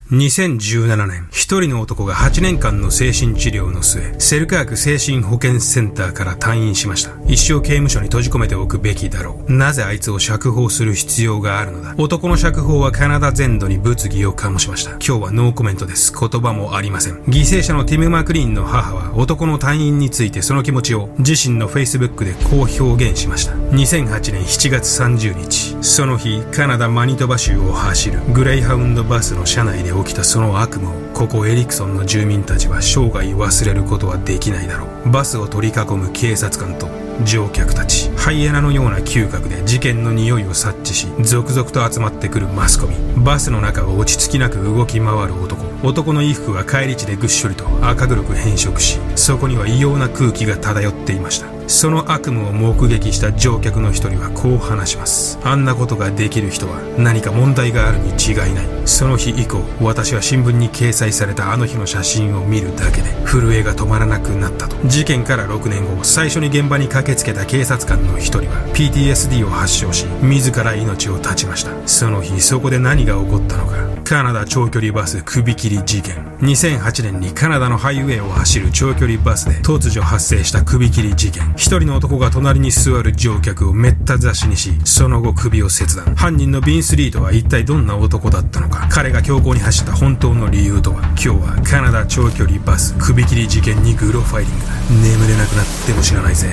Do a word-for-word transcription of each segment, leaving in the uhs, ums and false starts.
にせんじゅうななねん、一人の男がはちねんかんの精神治療の末、セルカーク精神保健センターから退院しました。一生刑務所に閉じ込めておくべきだろう。なぜあいつを釈放する必要があるのだ。男の釈放はカナダ全土に物議を醸しました。今日はノーコメントです。言葉もありません。犠牲者のティム・マクリーンの母は男の退院についてその気持ちを自身の Facebook でこう表現しました。にせんはちねんしちがつさんじゅうにち、その日、カナダマニトバ州を走るグレイハウンドバスの車内で起きたその悪夢を、ここエリクソンの住民たちは生涯忘れることはできないだろう。バスを取り囲む警察官と乗客たち、ハイエナのような嗅覚で事件の匂いを察知し、続々と集まってくるマスコミ。バスの中を落ち着きなく動き回る男。男の衣服は返り血でぐっしょりと赤黒く変色し、そこには異様な空気が漂っていました。その悪夢を目撃した乗客の一人はこう話します。あんなことができる人は何か問題があるに違いない。その日以降、私は新聞に掲載されたあの日の写真を見るだけで震えが止まらなくなったと。事件からろくねんご、最初に現場に駆けつけた警察官の一人は ピーティーエスディー を発症し、自ら命を絶ちました。その日、そこで何が起こったのか。カナダ長距離バス首切り事件。にせんはちねんにカナダのハイウェイを走る長距離バスで突如発生した首切り事件。一人の男が隣に座る乗客をめった刺しにし、その後首を切断。犯人のビンス・リートは一体どんな男だったのか。彼が強行に走った本当の理由とは。今日はカナダ長距離バス首切り事件にグロファイリングだ。眠れなくなっても知らないぜ。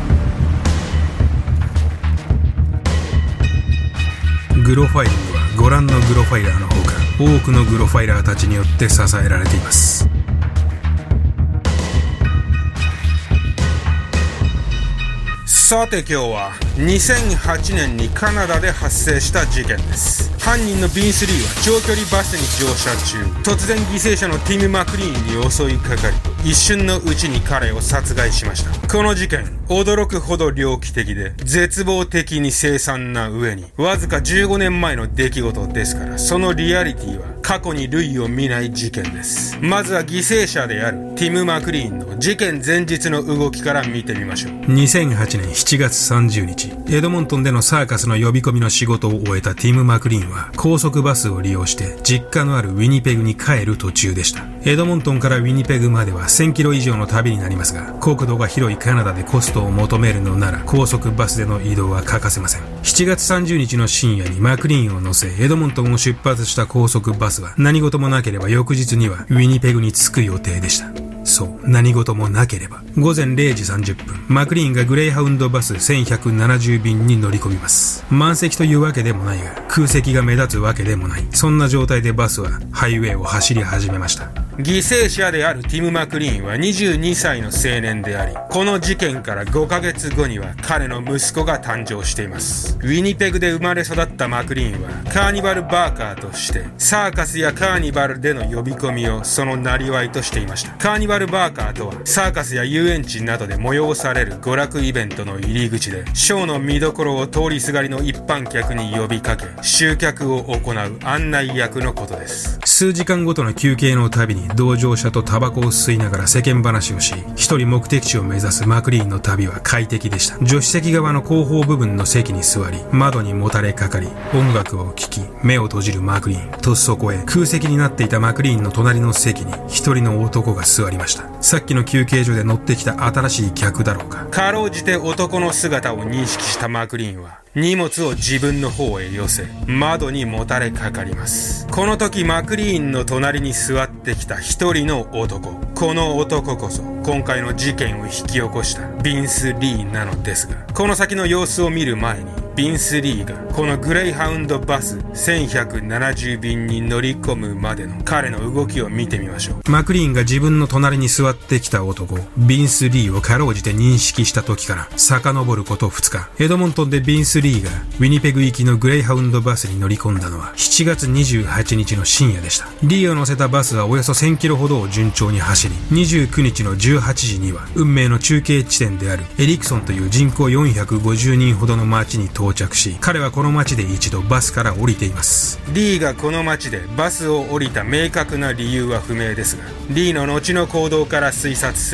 グロファイリングはご覧のグロファイラーのほか、多くのグロファイラーたちによって支えられています。さて今日はにせんはちねんにカナダで発生した事件です。犯人のビンス・リーは長距離バスに乗車中、突然犠牲者のティム・マクリーンに襲いかかり、一瞬のうちに彼を殺害しました。この事件、驚くほど猟奇的で絶望的に凄惨な上に、わずかじゅうごねんまえの出来事ですから、そのリアリティは過去に類を見ない事件です。まずは犠牲者であるティム・マクリーンの事件前日の動きから見てみましょう。にせんはちねんしちがつさんじゅうにち、エドモントンでのサーカスの呼び込みの仕事を終えたティム・マクリーンは高速バスを利用して実家のあるウィニペグに帰る途中でした。エドモントンからウィニペグまではせんキロ以上の旅になりますが、国土が広いカナダでコストを求めるのなら高速バスでの移動は欠かせません。しちがつさんじゅうにちの深夜にマクリーンを乗せエドモントンを出発した高速バスは何事もなければ翌日にはウィニペグに着く予定でした。そう、何事もなければ。ごぜんれいじさんじゅっぷん、マクリーンがグレイハウンドバスせんひゃくななじゅうびんに乗り込みます。満席というわけでもないが、空席が目立つわけでもない。そんな状態でバスはハイウェイを走り始めました。犠牲者であるティム・マクリーンはにじゅうにさいの青年であり、この事件からごかげつごには彼の息子が誕生しています。ウィニペグで生まれ育ったマクリーンはカーニバルバーカーとしてサーカスやカーニバルでの呼び込みをその生業としていました。カーニバルバーカーとはサーカスや遊園地などで催される娯楽イベントの入り口で、ショーの見どころを通りすがりの一般客に呼びかけ集客を行う案内役のことです。数時間ごとの休憩のたびに同乗者とタバコを吸いながら世間話をし、一人目的地を目指すマクリーンの旅は快適でした。助手席側の後方部分の席に座り、窓にもたれかかり音楽を聴き、目を閉じるマクリーンと、そこへ空席になっていたマクリーンの隣の席に一人の男が座りました。さっきの休憩所で乗ってきた新しい客だろうか。かろうじて男の姿を認識したマクリーンは荷物を自分の方へ寄せ、窓にもたれかかります。この時マクリーンの隣に座ってきた一人の男、この男こそ今回の事件を引き起こしたビンス・リーなのですが、この先の様子を見る前にビンス・リーがこのグレイハウンドバスせんひゃくななじゅうびんに乗り込むまでの彼の動きを見てみましょう。マクリーンが自分の隣に座ってきた男ビンス・リーをかろうじて認識した時から遡ることふつか、エドモントンでビンス・リーがウィニペグ行きのグレイハウンドバスに乗り込んだのはしちがつにじゅうはちにちの深夜でした。リーを乗せたバスはおよそせんキロほどを順調に走り、にじゅうくにちのじゅうはちじには運命の中継地点であるエリクソンという人口よんひゃくごじゅうにんほどの町に到着し、彼はこの町で一度バスから降りています。リーがこの町でバスを降りた明確な理由は不明ですが、リーの後の行動から推察するに、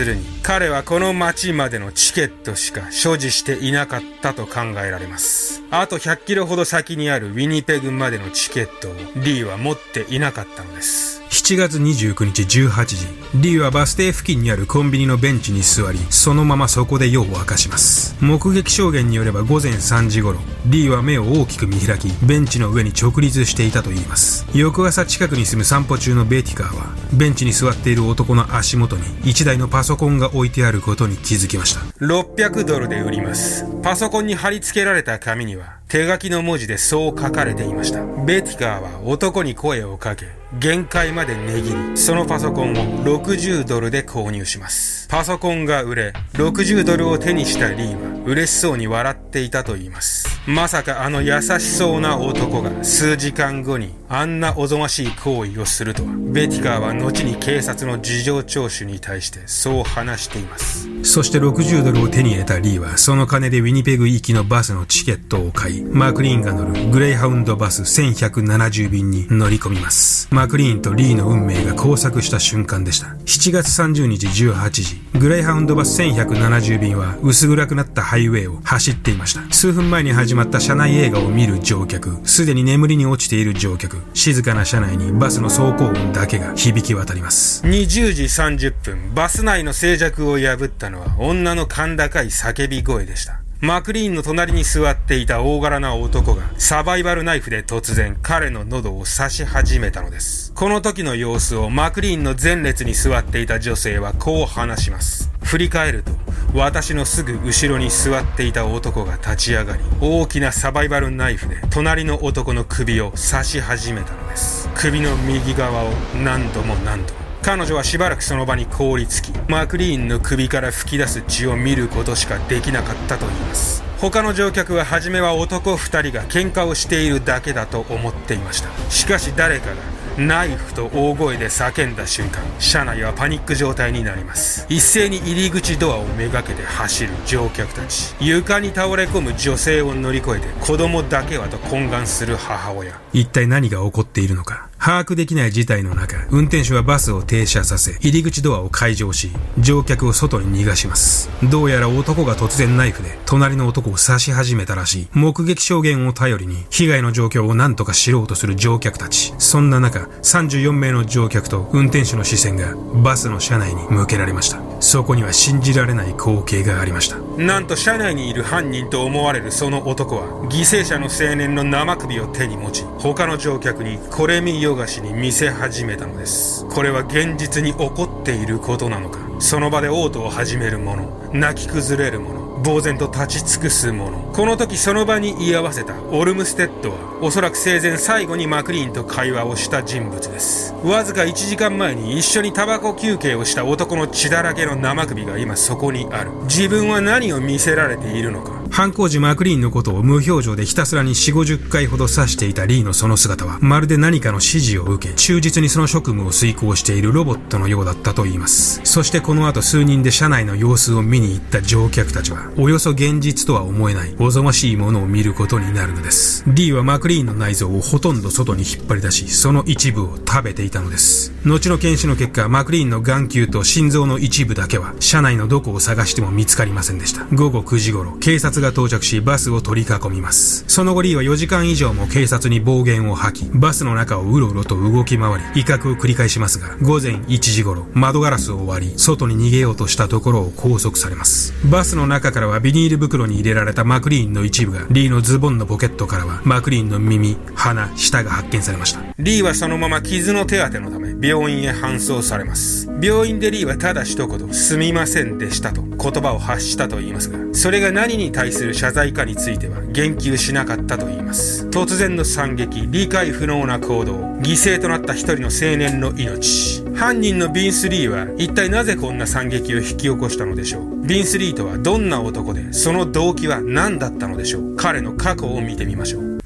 彼はこの町までのチケットしか所持していなかったと考えられます。あとひゃっキロほど先にあるウィニペグまでのチケットをリーは持っていなかったのです。しちがつにじゅうくにちじゅうはちじ、リーはバス停付近にあるコンビニのベンチに座り、そのままそこで夜を明かします。目撃証言によればごぜんさんじ頃、リーは目を大きく見開き、ベンチの上に直立していたといいます。翌朝近くに住む散歩中のベティカーは、ベンチに座っている男の足元にいちだいのパソコンが置いてあることに気づきました。 ろっぴゃくドルで売ります。パソコンに貼り付けられた紙には、手書きの文字でそう書かれていました。ベティカーは男に声をかけ、限界まで値切り、そのパソコンをろくじゅうドルで購入します。パソコンが売れ、ろくじゅうドルを手にしたリーは嬉しそうに笑っていたと言います。まさかあの優しそうな男が数時間後にあんなおぞましい行為をするとは。ベティカーは後に警察の事情聴取に対してそう話しています。 そしてろくじゅうドルを手に入れたリーはその金でウィニペグ行きのバスのチケットを買い、マクリーンが乗るグレイハウンドバスせんひゃくななじゅう便に乗り込みます。マクリーンとリーの運命が交錯した瞬間でした。しちがつさんじゅうにちじゅうはちじ、グレイハウンドバスせんひゃくななじゅう便は薄暗くなったハイウェイを走っていました。数分前に始まった車内映画を見る乗客、すでに眠りに落ちている乗客、静かな車内にバスの走行音だけが響き渡ります。 にじゅうじさんじゅっぷん、バス内の静寂を破ったのは女の甲高い叫び声でした。マクリーンの隣に座っていた大柄な男がサバイバルナイフで突然彼の喉を刺し始めたのです。この時の様子をマクリーンの前列に座っていた女性はこう話します。振り返ると私のすぐ後ろに座っていた男が立ち上がり、大きなサバイバルナイフで隣の男の首を刺し始めたのです。首の右側を何度も何度も。彼女はしばらくその場に凍りつき、マクリーンの首から吹き出す血を見ることしかできなかったと言います。他の乗客は初めは男二人が喧嘩をしているだけだと思っていました。しかし誰かがナイフと大声で叫んだ瞬間、車内はパニック状態になります。一斉に入り口ドアをめがけて走る乗客たち、床に倒れ込む女性を乗り越えて子供だけはと懇願する母親。 一体何が起こっているのか把握できない事態の中、運転手はバスを停車させ、入り口ドアを開錠し、乗客を外に逃がします。どうやら男が突然ナイフで隣の男を刺し始めたらしい。目撃証言を頼りに被害の状況を何とか知ろうとする乗客たち。そんな中、さんじゅうよんめいの乗客と運転手の視線がバスの車内に向けられました。そこには信じられない光景がありました。 なんと車内にいる犯人と思われるその男は、犠牲者の青年の生首を手に持ち、他の乗客にこれ見よがしに見せ始めたのです。これは現実に起こっていることなのか。その場で嘔吐を始める者、泣き崩れる者、呆然と立ち尽くす者。この時その場に居合わせたオルムステッドは、おそらく生前最後にマクリーンと会話をした人物です。わずかいちじかんまえに一緒にタバコ休憩をした男の血だらけの生首が今そこにある。自分は何を見せられているのか。 犯行時マクリーンのことを無表情でひたすらに よんじゅうごじゅっかいほど刺していたリーのその姿は、まるで何かの指示を受け忠実にその職務を遂行しているロボットのようだったと言います。そしてこの後数人で車内の様子を見に行った乗客たちは、およそ現実とは思えないおぞましいものを見ることになるのです。リーはマクリーンの内臓をほとんど外に引っ張り出し、その一部を食べていたのです。後の検視の結果、マクリーンの眼球と心臓の一部だけは車内のどこを探しても見つかりませんでした。ごごくじ頃、警察が到着しバスを取り囲みます。その後リーはよじかん以上も警察に暴言を吐き、バスの中をうろうろと動き回り威嚇を繰り返しますが、ごぜんいちじ頃窓ガラスを割り外に逃げようとしたところを拘束されます。バスの中からはビニール袋に入れられたマクリーンの一部が、リーのズボンのポケットからはマクリーンの耳、鼻、舌が発見されました。 リーはそのまま傷の手当てのため病院へ搬送されます。病院でリーはただ一言すみませんでしたと言葉を発したと言いますが、それが何に対する謝罪かについては言及しなかったと言います。突然の惨劇、理解不能な行動、犠牲となった一人の青年の命。犯人のビンス・リーは一体なぜこんな惨劇を引き起こしたのでしょう。ビンス・リーとはどんな男で、その動機は何だったのでしょう。彼の過去を見てみましょう。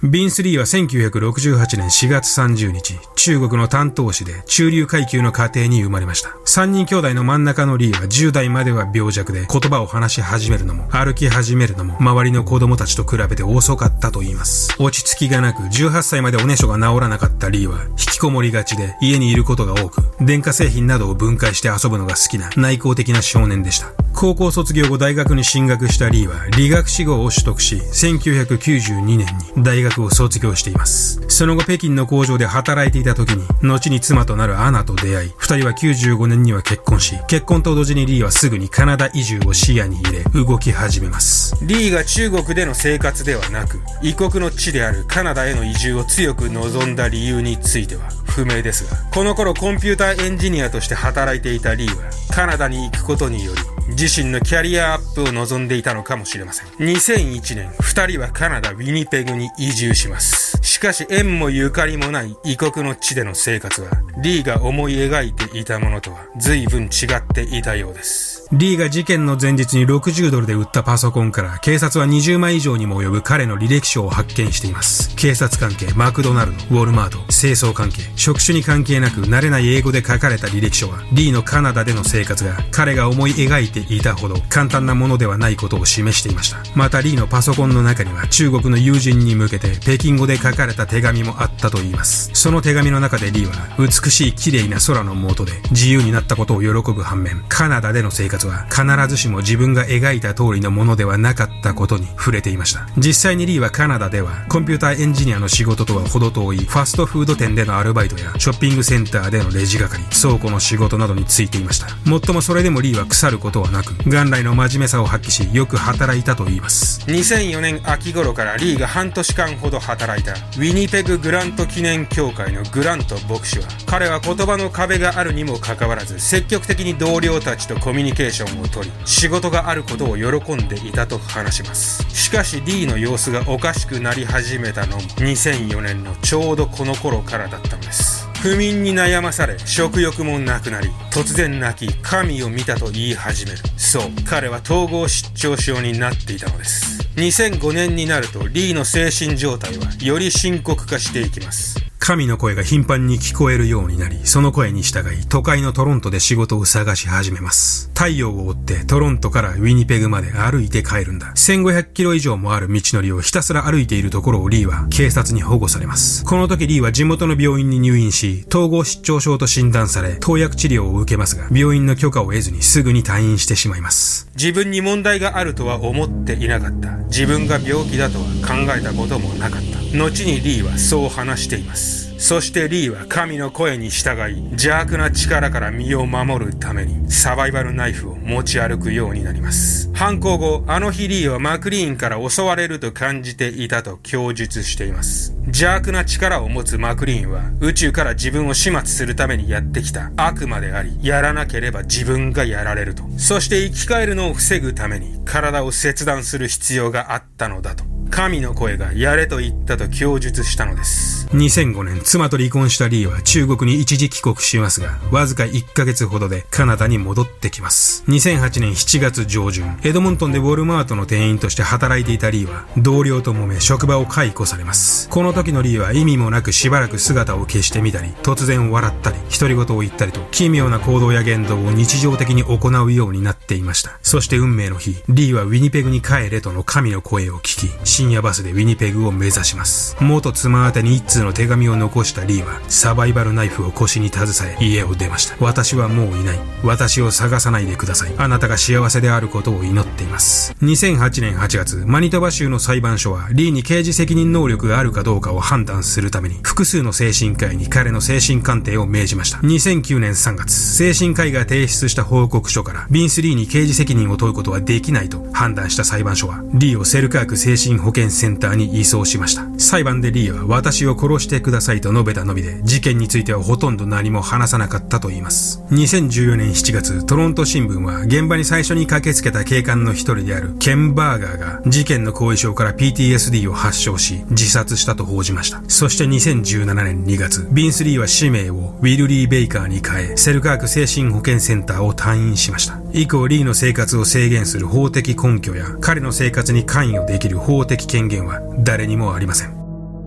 ビンス・リーはせんきゅうひゃくろくじゅうはちねんしがつさんじゅうにち、中国の丹東市で中流階級の家庭に生まれました。さんにん兄弟の真ん中のリーはじゅう代までは病弱で言葉を話し始めるのも歩き始めるのも周りの子供たちと比べて遅かったと言います。落ち着きがなくじゅうはっさいまでおねしょが治らなかったリーは引きこもりがちで家にいることが多く、電化製品などを分解して遊ぶのが好きな内向的な少年でした。高校卒業後大学に進学したリーは理学士号を取得し、せんきゅうひゃくきゅうじゅうにねんに大学を卒業しています。その後北京の工場で働いていた時に後に妻となるアナと出会い、二人はきゅうじゅうごねんには結婚し、結婚と同時にリーはすぐにカナダ移住を視野に入れ動き始めます。 リーが中国での生活ではなく異国の地であるカナダへの移住を強く望んだ理由については不明ですが、この頃コンピューターエンジニアとして働いていたリーはカナダに行くことにより自身のキャリアアップを望んでいたのかもしれません。にせんいちねん、二人はカナダ・ウィニペグに移住します。しかし縁もゆかりもない異国の地での生活はリーが思い描いていたものとは随分違っていたようです。 リーが事件の前日にろくじゅうドルで売ったパソコンから警察はにじゅうまい以上にも及ぶ彼の履歴書を発見しています。警察関係、マクドナルド、ウォルマート、清掃関係、職種に関係なく慣れない英語で書かれた履歴書はリーのカナダでの生活が彼が思い描いていたほど簡単なものではないことを示していました。またリーのパソコンの中には中国の友人に向けて北京語で書かれた手紙もあったといいます。その手紙の中でリーは美しい綺麗な空の下で自由になったことを喜ぶ反面、カナダでの生活は必ずしも自分が描いた通りのものではなかったことに触れていました。実際にリーはカナダではコンピューターエンジニアの仕事とは程遠いファストフード店でのアルバイトやショッピングセンターでのレジ係、倉庫の仕事などに就いていました。もっともそれでもリーは腐ることはなく元来の真面目さを発揮しよく働いたと言います。 にせんよねん秋頃からリーが半年間ほど働いたウィニペググラント記念協会のグラント牧師は、彼は言葉の壁があるにもかかわらず積極的に同僚たちとコミュニケーションを取り仕事があることを喜んでいたと話します。しかしリーの様子がおかしくなり始めたのもにせんよねんのちょうどこの頃からだったのです。不眠に悩まされ食欲もなくなり、突然泣き神を見たと言い始める。そう、彼は統合失調症になっていたのです。にせんごねんになるとリーの精神状態はより深刻化していきます。 神の声が頻繁に聞こえるようになり、その声に従い都会のトロントで仕事を探し始めます。太陽を追ってトロントからウィニペグまで歩いて帰るんだ。せんごひゃくキロ以上もある道のりをひたすら歩いているところをリーは警察に保護されます。この時リーは地元の病院に入院し、統合失調症と診断され投薬治療を受けますが、病院の許可を得ずにすぐに退院してしまいます。 自分に問題があるとは思っていなかった。自分が病気だとは考えたこともなかった。後にリーはそう話しています。そしてリーは神の声に従い邪悪な力から身を守るためにサバイバルナイフを持ち歩くようになります。犯行後、あの日リーはマクリーンから襲われると感じていたと供述しています。邪悪な力を持つマクリーンは宇宙から自分を始末するためにやってきた悪魔であり、やらなければ自分がやられると。そして生き返るのを防ぐために体を切断する必要があったのだと。神の声がやれと言ったと供述したのです。 にせんごねん、妻と離婚したリーは中国に一時帰国しますが、わずかいっかげつほどでカナダに戻ってきます。にせんはちねんしちがつじょうじゅん、エドモントンでウォルマートの店員として働いていたリーは同僚と揉め職場を解雇されます。この時のリーは意味もなくしばらく姿を消してみたり、突然笑ったり独り言を言ったりと奇妙な行動や言動を日常的に行うようになっていました。そして運命の日、リーはウィニペグに帰れとの神の声を聞き、深夜バスでウィニペグを目指します。元妻宛てに一通の手紙を残したリーはサバイバルナイフを腰に携え家を出ました。私はもういない。私を探さないでください。あなたが幸せであることを祈っています。にせんはちねんはちがつ、マニトバ州の裁判所はリーに刑事責任能力があるかどうかを判断するために複数の精神科医に彼の精神鑑定を命じました。にせんきゅうねんさんがつ、精神科医が提出した報告書からビンス・リーに刑事責任を問うことはできないと判断した裁判所はリーをセルカーク精神保健センターに移送しました。裁判でリーは私を殺してくださいと述べたのみで、事件についてはほとんど何も話さなかったと言います。にせんじゅうよねんしちがつ、トロント新聞は現場に最初に駆けつけた警官の一人であるケン・バーガーが事件の後遺症から ピーティーエスディー を発症し自殺したと報じました。そしてにせんじゅうななねんにがつ、ビンス・リーは氏名をウィルリー・ベイカーに変えセルカーク精神保健センターを退院しました。以降リーの生活を制限する法的根拠や彼の生活に関与できる法的権限は誰にもありません。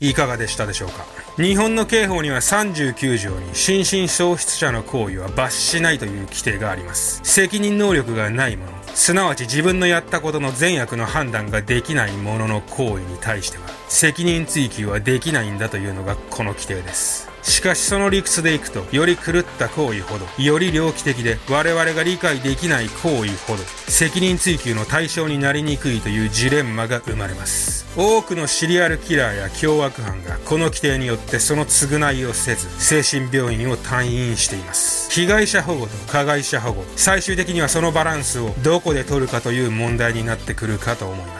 いかがでしたでしょうか。日本の刑法にはさんじゅうきゅう条に心神喪失者の行為は罰しないという規定があります。責任能力がないもの、すなわち自分のやったことの善悪の判断ができないものの行為に対しては責任追及はできないんだというのがこの規定です。しかしその理屈でいくと、より狂った行為ほど、より猟奇的で我々が理解できない行為ほど責任追及の対象になりにくいというジレンマが生まれます。多くのシリアルキラーや凶悪犯がこの規定によってその償いをせず精神病院を退院しています。被害者保護と加害者保護、最終的にはそのバランスをどこで取るかという問題になってくるかと思います。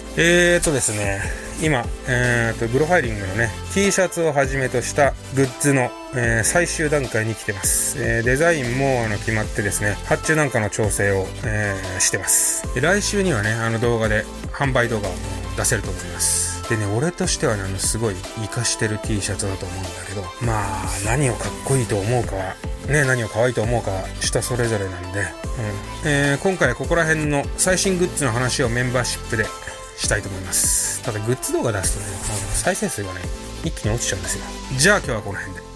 えーとですね今、えーと、グロファイリングのね、T シャツをはじめとしたグッズの、えー、最終段階に来てます。えー、デザインもあの決まってですね、発注なんかの調整を、えー、してます。で、来週にはね、あの動画で販売動画を出せると思います。でね、俺としてはね、あのすごい活かしてる T シャツだと思うんだけど、まあ、何をかっこいいと思うかは、ね、何を可愛いと思うかは人それぞれなんで、うんえー、今回はここら辺の最新グッズの話をメンバーシップでしたいと思います。ただグッズ動画出すとね、再生数がね、一気に落ちちゃうんですよ。じゃあ今日はこの辺で。